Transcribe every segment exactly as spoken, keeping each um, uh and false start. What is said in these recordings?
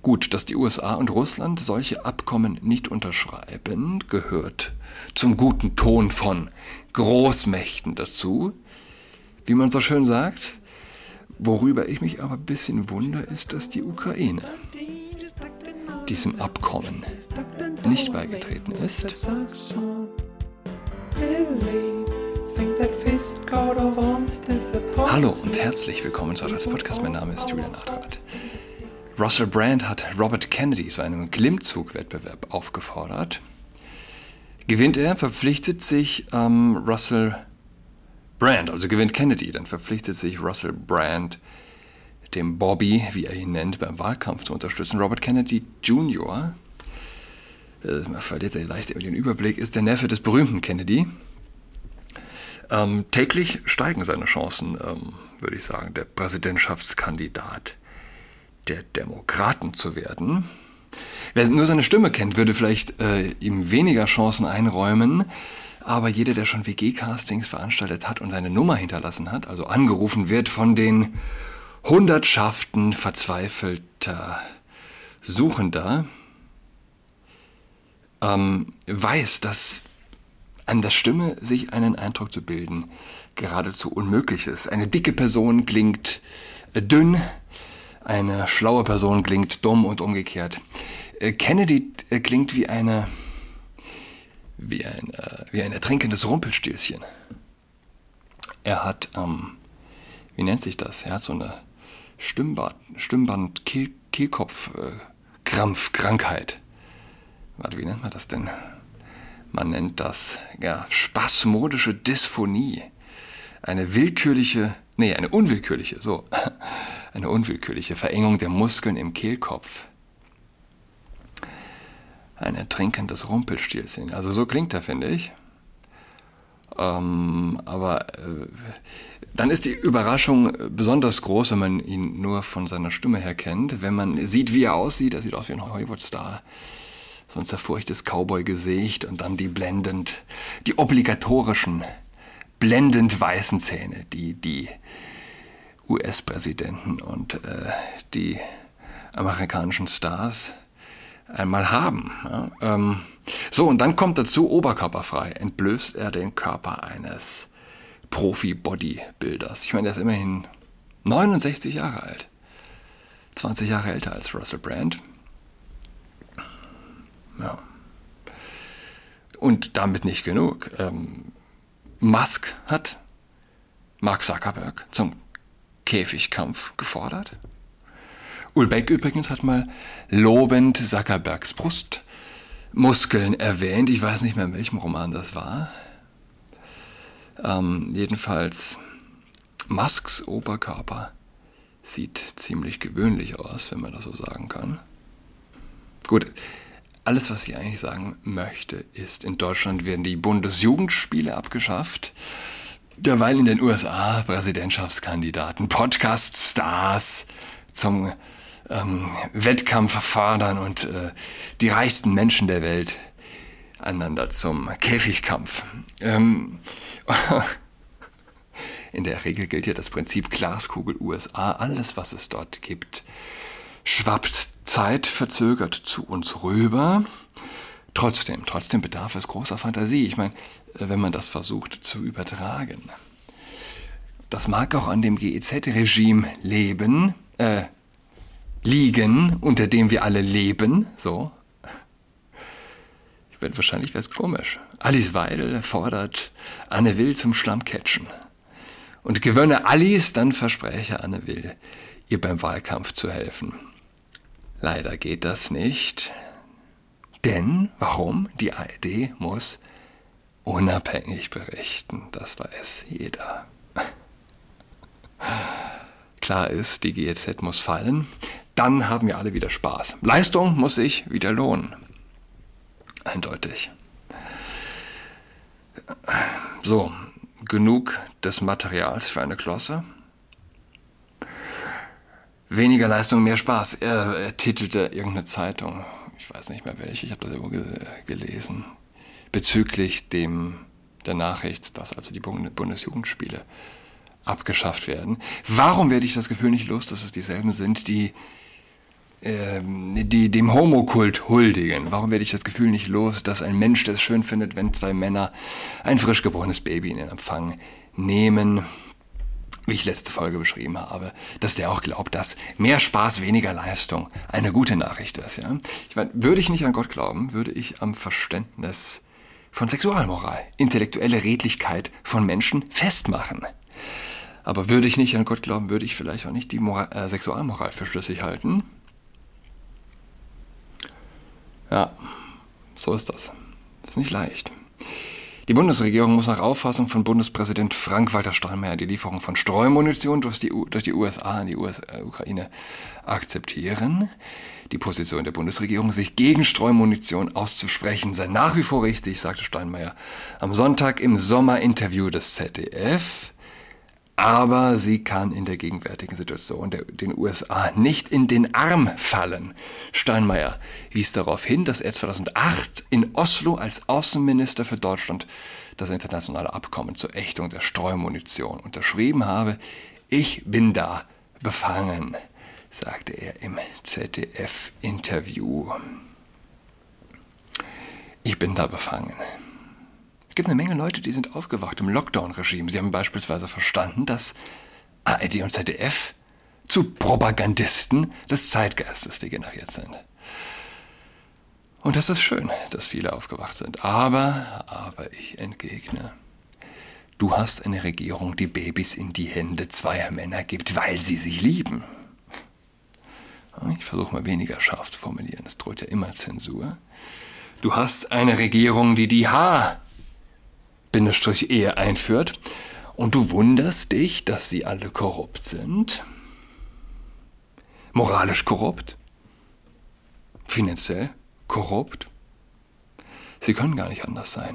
Gut, dass die U S A und Russland solche Abkommen nicht unterschreiben, gehört zum guten Ton von Großmächten dazu, wie man so schön sagt. Worüber ich mich aber ein bisschen wundere, ist, dass die Ukraine diesem Abkommen nicht beigetreten ist. Hallo und herzlich willkommen zu Adrats Podcast. Mein Name ist Julian Adrat. Russell Brand hat Robert Kennedy zu einem Klimmzugwettbewerb aufgefordert. Gewinnt er, verpflichtet sich ähm, Russell Brand, also gewinnt Kennedy, dann verpflichtet sich Russell Brand, dem Bobby, wie er ihn nennt, beim Wahlkampf zu unterstützen. Robert Kennedy Junior, äh, man verliert ja leicht über den Überblick, ist der Neffe des berühmten Kennedy. Ähm, täglich steigen seine Chancen, ähm, würde ich sagen, der Präsidentschaftskandidat der Demokraten zu werden. Wer nur seine Stimme kennt, würde vielleicht äh, ihm weniger Chancen einräumen, aber jeder, der schon W G-Castings veranstaltet hat und seine Nummer hinterlassen hat, also angerufen wird von den Hundertschaften verzweifelter Suchender, ähm, weiß, dass an der Stimme sich einen Eindruck zu bilden geradezu unmöglich ist. Eine dicke Person klingt äh, dünn, eine schlaue Person klingt dumm und umgekehrt. Äh, Kennedy äh, klingt wie eine wie ein, äh, wie ein ertrinkendes Rumpelstilzchen. Er hat, ähm, wie nennt sich das? Er hat so eine Stimmband, Stimmband Kehl, Kehlkopf-Krampfkrankheit. Äh, Warte, wie nennt man das denn? Man nennt das ja, spasmodische Dysphonie. Eine willkürliche, nee, eine unwillkürliche, so, eine unwillkürliche Verengung der Muskeln im Kehlkopf. Ein ertrinkendes Rumpelstilzchen. Also so klingt er, finde ich. Ähm, aber äh, dann ist die Überraschung besonders groß, wenn man ihn nur von seiner Stimme her kennt. Wenn man sieht, wie er aussieht, er sieht aus wie ein Hollywood-Star. So ein zerfurchtes Cowboy-Gesicht und dann die blendend, die obligatorischen, blendend weißen Zähne, die die U S-Präsidenten und äh, die amerikanischen Stars einmal haben. Ja, ähm, so, und dann kommt dazu, oberkörperfrei entblößt er den Körper eines Profi-Bodybuilders. Ich meine, er ist immerhin neunundsechzig Jahre alt. zwanzig Jahre älter als Russell Brand. Ja. Und damit nicht genug. Ähm, Musk hat Mark Zuckerberg zum Käfigkampf gefordert. Ulbeck übrigens hat mal lobend Zuckerbergs Brustmuskeln erwähnt. Ich weiß nicht mehr, in welchem Roman das war. Ähm, jedenfalls, Musks Oberkörper sieht ziemlich gewöhnlich aus, wenn man das so sagen kann. Gut, alles, was ich eigentlich sagen möchte, ist, in Deutschland werden die Bundesjugendspiele abgeschafft. Derweil in den U S A Präsidentschaftskandidaten, Podcast-Stars zum ähm, Wettkampf fordern und äh, die reichsten Menschen der Welt einander zum Käfigkampf. Ähm, in der Regel gilt ja das Prinzip Glaskugel U S A. Alles, was es dort gibt, schwappt zeitverzögert zu uns rüber. Trotzdem, trotzdem bedarf es großer Fantasie. Ich meine, wenn man das versucht zu übertragen. Das mag auch an dem G E Z-Regime leben, äh, liegen, unter dem wir alle leben, so. Ich werde wahrscheinlich wäre es komisch. Alice Weidel fordert Anne Will zum Schlammcatchen. Und gewönne Alice, dann verspräche Anne Will, ihr beim Wahlkampf zu helfen. Leider geht das nicht. Denn, warum? Die A R D muss unabhängig berichten. Das weiß jeder. Klar ist, die G E Z muss fallen. Dann haben wir alle wieder Spaß. Leistung muss sich wieder lohnen. Eindeutig. So, genug des Materials für eine Glosse. Weniger Leistung, mehr Spaß. Er, er titelte irgendeine Zeitung, ich weiß nicht mehr welche, ich habe das irgendwo ge- gelesen, bezüglich dem, der Nachricht, dass also die Bundesjugendspiele abgeschafft werden. Warum werde ich das Gefühl nicht los, dass es dieselben sind, die äh, die, dem Homokult huldigen? Warum werde ich das Gefühl nicht los, dass ein Mensch das schön findet, wenn zwei Männer ein frisch geborenes Baby in den Empfang nehmen, wie ich letzte Folge beschrieben habe, dass der auch glaubt, dass mehr Spaß, weniger Leistung eine gute Nachricht ist. Ja? Ich meine, würde ich nicht an Gott glauben, würde ich am Verständnis von Sexualmoral, intellektuelle Redlichkeit von Menschen festmachen. Aber würde ich nicht an Gott glauben, würde ich vielleicht auch nicht die Moral, äh, Sexualmoral für schlüssig halten. Ja, so ist das. Das ist nicht leicht. Die Bundesregierung muss nach Auffassung von Bundespräsident Frank-Walter Steinmeier die Lieferung von Streumunition durch die, U- durch die U S A an die U S- äh, Ukraine akzeptieren. Die Position der Bundesregierung, sich gegen Streumunition auszusprechen, sei nach wie vor richtig, sagte Steinmeier am Sonntag im Sommerinterview des Z D F. Aber sie kann in der gegenwärtigen Situation der, den U S A nicht in den Arm fallen. Steinmeier wies darauf hin, dass er zweitausendacht in Oslo als Außenminister für Deutschland das internationale Abkommen zur Ächtung der Streumunition unterschrieben habe. Ich bin da befangen, sagte er im Z D F-Interview. Ich bin da befangen. Es gibt eine Menge Leute, die sind aufgewacht im Lockdown-Regime. Sie haben beispielsweise verstanden, dass A R D und Z D F zu Propagandisten des Zeitgeistes degeneriert sind. Und das ist schön, dass viele aufgewacht sind. Aber, aber ich entgegne, du hast eine Regierung, die Babys in die Hände zweier Männer gibt, weil sie sich lieben. Ich versuche mal weniger scharf zu formulieren, es droht ja immer Zensur. Du hast eine Regierung, die die H- Ehe einführt und du wunderst dich, dass sie alle korrupt sind, moralisch korrupt, finanziell korrupt. Sie können gar nicht anders sein.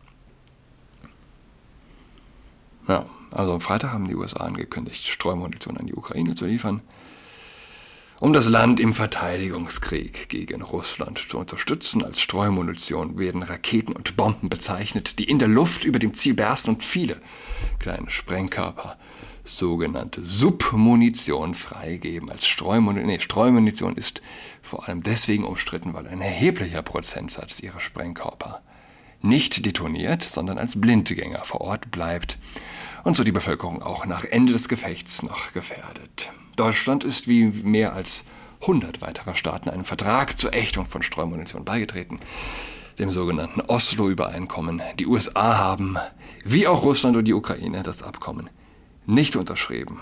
Ja, also am Freitag haben die U S A angekündigt, Streumunition an die Ukraine zu liefern, um das Land im Verteidigungskrieg gegen Russland zu unterstützen. Als Streumunition werden Raketen und Bomben bezeichnet, die in der Luft über dem Ziel bersten und viele kleine Sprengkörper, sogenannte Submunition, freigeben. Als Streumunition, nee, Streumunition ist vor allem deswegen umstritten, weil ein erheblicher Prozentsatz ihrer Sprengkörper nicht detoniert, sondern als Blindgänger vor Ort bleibt und so die Bevölkerung auch nach Ende des Gefechts noch gefährdet. Deutschland ist wie mehr als hundert weiterer Staaten einem Vertrag zur Ächtung von Streumunition beigetreten, dem sogenannten Oslo-Übereinkommen. Die U S A haben, wie auch Russland und die Ukraine, das Abkommen nicht unterschrieben.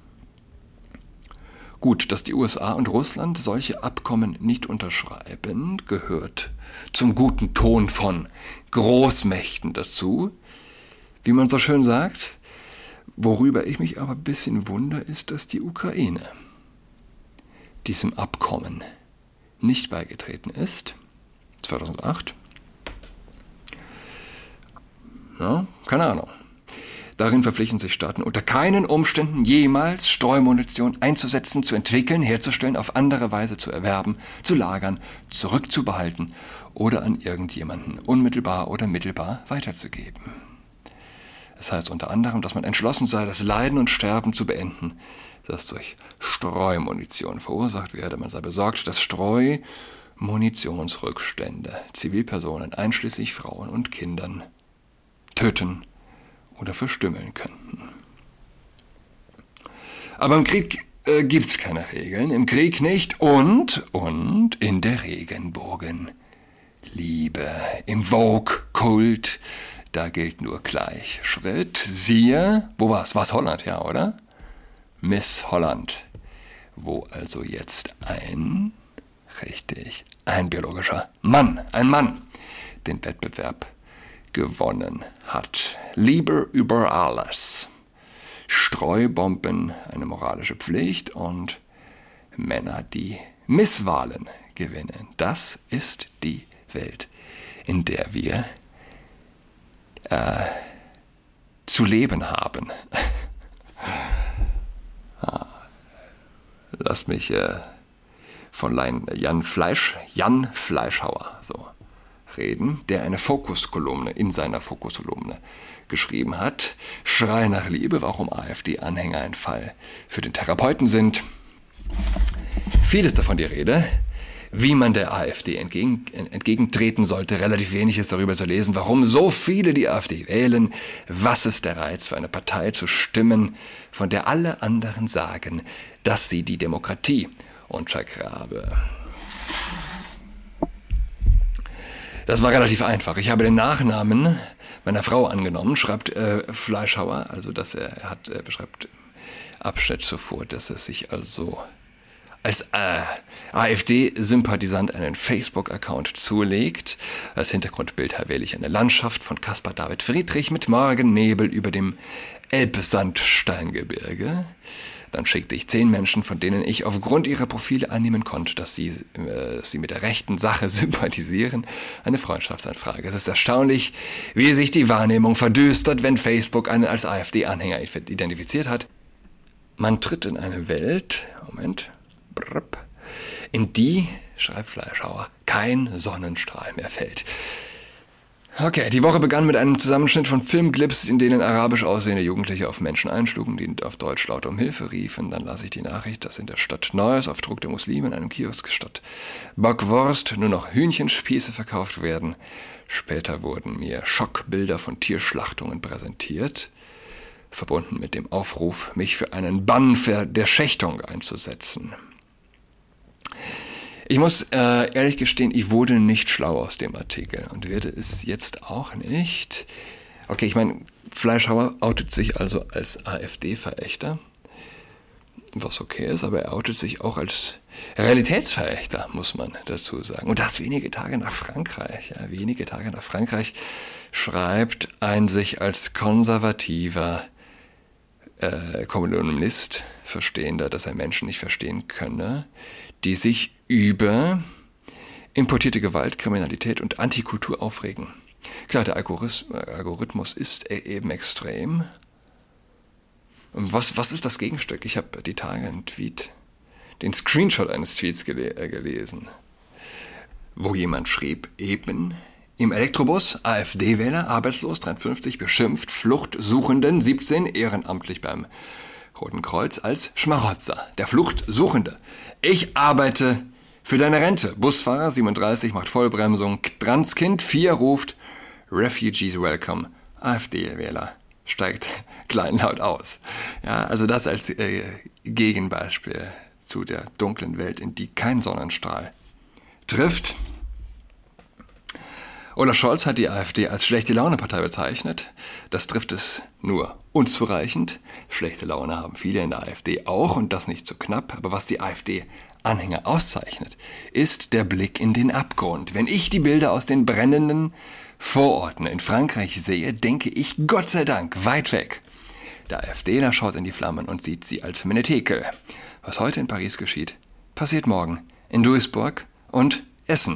Gut, dass die U S A und Russland solche Abkommen nicht unterschreiben, gehört zum guten Ton von Großmächten dazu, wie man so schön sagt. Worüber ich mich aber ein bisschen wundere, ist, dass die Ukraine diesem Abkommen nicht beigetreten ist, zweitausendacht. Ja, keine Ahnung. Darin verpflichten sich Staaten unter keinen Umständen jemals Streumunition einzusetzen, zu entwickeln, herzustellen, auf andere Weise zu erwerben, zu lagern, zurückzubehalten oder an irgendjemanden unmittelbar oder mittelbar weiterzugeben. Das heißt unter anderem, dass man entschlossen sei, das Leiden und Sterben zu beenden, das durch Streumunition verursacht werde. Man sei besorgt, dass Streumunitionsrückstände Zivilpersonen, einschließlich Frauen und Kindern, töten oder verstümmeln könnten. Aber im Krieg äh, gibt es keine Regeln, im Krieg nicht und, und in der Regenbogenliebe, im Vogue-Kult, da gilt nur Gleichschritt. Siehe, wo war's? War's Holland, ja, oder? Miss Holland, wo also jetzt ein, richtig, ein biologischer Mann, ein Mann, den Wettbewerb gewonnen hat. Liebe über alles. Streubomben, eine moralische Pflicht und Männer, die Misswahlen gewinnen. Das ist die Welt, in der wir äh, zu leben haben. Lass mich äh, von Jan Fleisch, Jan Fleischhauer so reden, der eine Fokuskolumne in seiner Fokuskolumne geschrieben hat. Schrei nach Liebe, warum AfD-Anhänger ein Fall für den Therapeuten sind. Vieles davon die Rede, wie man der AfD entgegen, entgegentreten sollte. Relativ wenig ist darüber zu lesen, warum so viele die AfD wählen. Was ist der Reiz für eine Partei zu stimmen, von der alle anderen sagen, dass sie die Demokratie untergrabe? Das war relativ einfach. Ich habe den Nachnamen meiner Frau angenommen, schreibt äh, Fleischhauer, also dass er, er hat, er beschreibt Abschnitt zuvor, dass er sich also als äh, AfD-Sympathisant einen Facebook-Account zulegt. Als Hintergrundbild wähle ich eine Landschaft von Caspar David Friedrich mit Morgennebel über dem Elbsandsteingebirge. Dann schickte ich zehn Menschen, von denen ich aufgrund ihrer Profile annehmen konnte, dass sie, äh, sie mit der rechten Sache sympathisieren, eine Freundschaftsanfrage. Es ist erstaunlich, wie sich die Wahrnehmung verdüstert, wenn Facebook einen als AfD-Anhänger identifiziert hat. Man tritt in eine Welt, Moment, in die, schreibt Fleischhauer, kein Sonnenstrahl mehr fällt. Okay, die Woche begann mit einem Zusammenschnitt von Filmclips, in denen arabisch aussehende Jugendliche auf Menschen einschlugen, die auf Deutsch laut um Hilfe riefen. Dann las ich die Nachricht, dass in der Stadt Neuss auf Druck der Muslime in einem Kiosk statt Bockwurst nur noch Hühnchenspieße verkauft werden. Später wurden mir Schockbilder von Tierschlachtungen präsentiert, verbunden mit dem Aufruf, mich für einen Bann der Schächtung einzusetzen. Ich muss äh, ehrlich gestehen, ich wurde nicht schlau aus dem Artikel und werde es jetzt auch nicht. Okay, ich meine, Fleischhauer outet sich also als AfD-Verächter, was okay ist, aber er outet sich auch als Realitätsverächter, muss man dazu sagen. Und das wenige Tage nach Frankreich. Ja, wenige Tage nach Frankreich schreibt ein sich als konservativer äh, Kommunist Verstehender, dass er Menschen nicht verstehen könne, die sich über importierte Gewalt, Kriminalität und Antikultur aufregen. Klar, der Algorithmus ist eben extrem. Und was, was ist das Gegenstück? Ich habe die Tage einen Tweet, den Screenshot eines Tweets gele- äh, gelesen, wo jemand schrieb, eben im Elektrobus, AfD-Wähler, arbeitslos, dreiundfünfzig, beschimpft, Fluchtsuchenden, siebzehn, ehrenamtlich beim Roten Kreuz als Schmarotzer, der Fluchtsuchende. Ich arbeite für deine Rente. Busfahrer siebenunddreißig macht Vollbremsung. Transkind vier ruft Refugees welcome. AfD-Wähler steigt kleinlaut aus. Ja, also das als äh, Gegenbeispiel zu der dunklen Welt, in die kein Sonnenstrahl trifft. Olaf Scholz hat die AfD als Schlechte-Laune-Partei bezeichnet. Das trifft es nur unzureichend. Schlechte Laune haben viele in der AfD auch und das nicht zu knapp. Aber was die AfD-Anhänger auszeichnet, ist der Blick in den Abgrund. Wenn ich die Bilder aus den brennenden Vororten in Frankreich sehe, denke ich, Gott sei Dank, weit weg. Der AfDler schaut in die Flammen und sieht sie als Menetekel. Was heute in Paris geschieht, passiert morgen in Duisburg und Essen.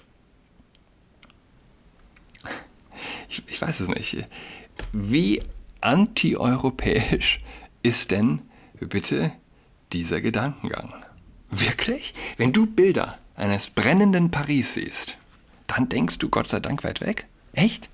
Ich, ich weiß es nicht. Wie antieuropäisch ist denn bitte dieser Gedankengang? Wirklich? Wenn du Bilder eines brennenden Paris siehst, dann denkst du Gott sei Dank weit weg? Echt?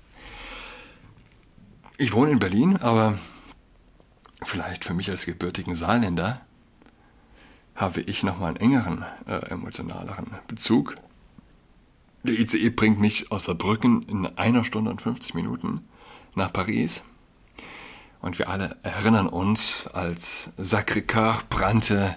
Ich wohne in Berlin, aber vielleicht für mich als gebürtigen Saarländer habe ich nochmal einen engeren, äh, emotionaleren Bezug. Der I C E bringt mich aus Saarbrücken in einer Stunde und fünfzig Minuten nach Paris. Und wir alle erinnern uns, als Sacré-Cœur brannte,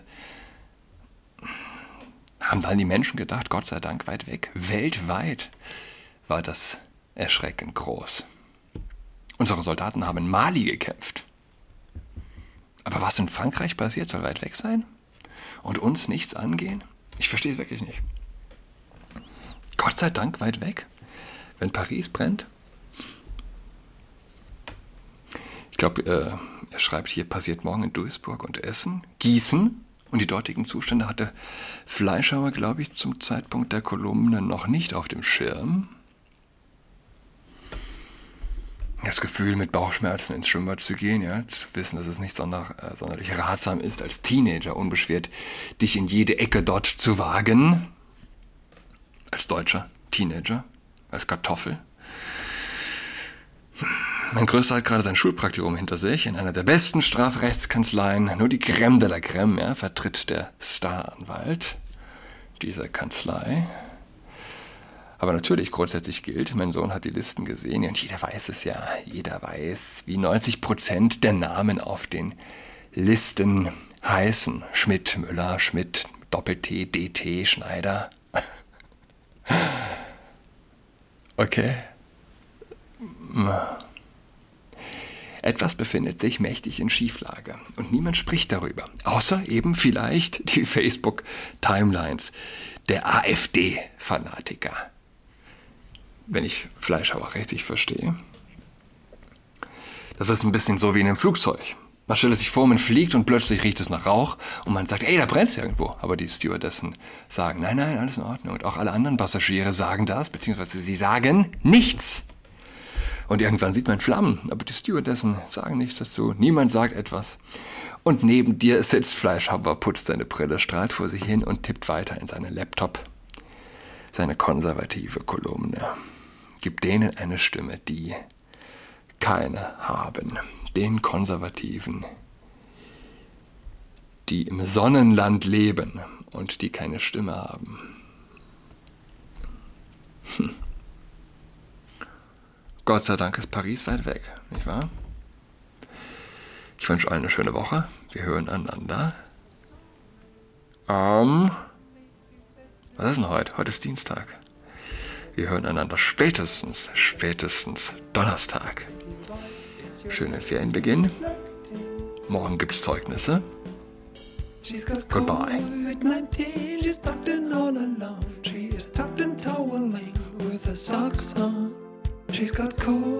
haben dann die Menschen gedacht, Gott sei Dank weit weg. Weltweit war das erschreckend groß. Unsere Soldaten haben in Mali gekämpft. Aber was in Frankreich passiert, soll weit weg sein? Und uns nichts angehen? Ich verstehe es wirklich nicht. Gott sei Dank weit weg, wenn Paris brennt. Ich glaube, äh, er schreibt hier, passiert morgen in Duisburg und Essen, Gießen. Und die dortigen Zustände hatte Fleischhauer, glaube ich, zum Zeitpunkt der Kolumne noch nicht auf dem Schirm. Das Gefühl, mit Bauchschmerzen ins Schwimmbad zu gehen, ja, zu wissen, dass es nicht sonder, äh, sonderlich ratsam ist, als Teenager unbeschwert dich in jede Ecke dort zu wagen. Als deutscher Teenager, als Kartoffel. Mein Größter hat gerade sein Schulpraktikum hinter sich, in einer der besten Strafrechtskanzleien, nur die Crème de la Crème, ja, vertritt der Staranwalt. dieser Kanzlei. Aber natürlich grundsätzlich gilt, mein Sohn hat die Listen gesehen und jeder weiß es ja. Jeder weiß, wie neunzig Prozent der Namen auf den Listen heißen. Schmidt, Müller, Schmidt, Doppel-T, D T, Schneider. Okay. Etwas befindet sich mächtig in Schieflage und niemand spricht darüber, außer eben vielleicht die Facebook-Timelines der AfD-Fanatiker. Wenn ich Fleischhauer richtig verstehe. Das ist ein bisschen so wie in einem Flugzeug. Man stellt sich vor, man fliegt und plötzlich riecht es nach Rauch und man sagt, ey, da brennt es irgendwo. Aber die Stewardessen sagen, nein, nein, alles in Ordnung. Und auch alle anderen Passagiere sagen das, beziehungsweise sie sagen nichts. Und irgendwann sieht man Flammen, aber die Stewardessen sagen nichts dazu. Niemand sagt etwas. Und neben dir sitzt Fleischhauer, putzt seine Brille, strahlt vor sich hin und tippt weiter in seinen Laptop. Seine konservative Kolumne. Gibt denen eine Stimme, die keine haben. Den Konservativen, die im Sonnenland leben und die keine Stimme haben. Hm. Gott sei Dank ist Paris weit weg, nicht wahr? Ich wünsche allen eine schöne Woche. Wir hören einander. Ähm, was ist denn heute? Heute ist Dienstag. Wir hören einander spätestens, spätestens Donnerstag. Schönen Ferienbeginn. Morgen gibt's Zeugnisse. Goodbye. She's tucked in all alone. She is tucked in toweling with her socks on. She's got cold.